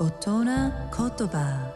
大人言葉。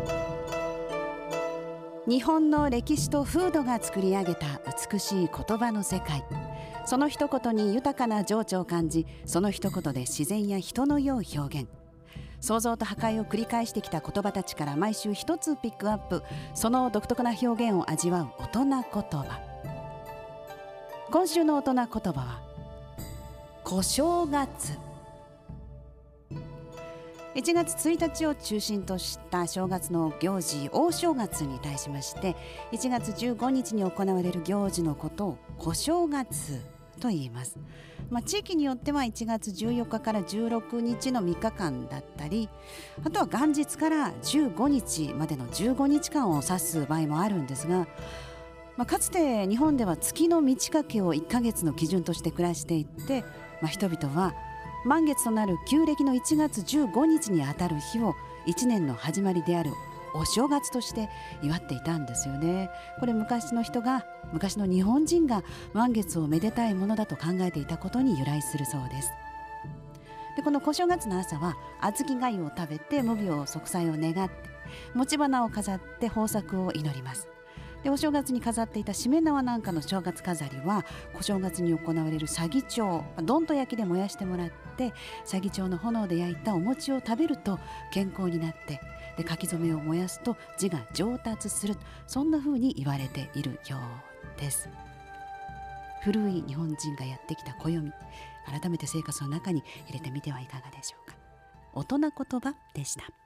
日本の歴史と風土が作り上げた美しい言葉の世界。その一言に豊かな情緒を感じ、その一言で自然や人の世を表現。創造と破壊を繰り返してきた言葉たちから毎週一つピックアップ、その独特な表現を味わう大人言葉。今週の大人言葉は小正月。1月1日を中心とした正月の行事、大正月に対しまして、1月15日に行われる行事のことを小正月と言います。地域によっては1月14日から16日の3日間だったり、あとは元日から15日までの15日間を指す場合もあるんですが、かつて日本では月の満ち欠けを1ヶ月の基準として暮らしていて、人々は満月となる旧暦の1月15日にあたる日を1年の始まりであるお正月として祝っていたんですよね。これ昔の日本人が満月をめでたいものだと考えていたことに由来するそうです。で、この小正月の朝は小豆粥を食べて無病息災を願って、餅花を飾って豊作を祈ります。で、お正月に飾っていたしめ縄なんかの正月飾りは小正月に行われる左義長、どんと焼きで燃やしてもらって、左義長の炎で焼いたお餅を食べると健康になって、で書き初めを燃やすと字が上達する、そんな風に言われているようです。古い日本人がやってきた暦、改めて生活の中に入れてみてはいかがでしょうか。大人言葉でした。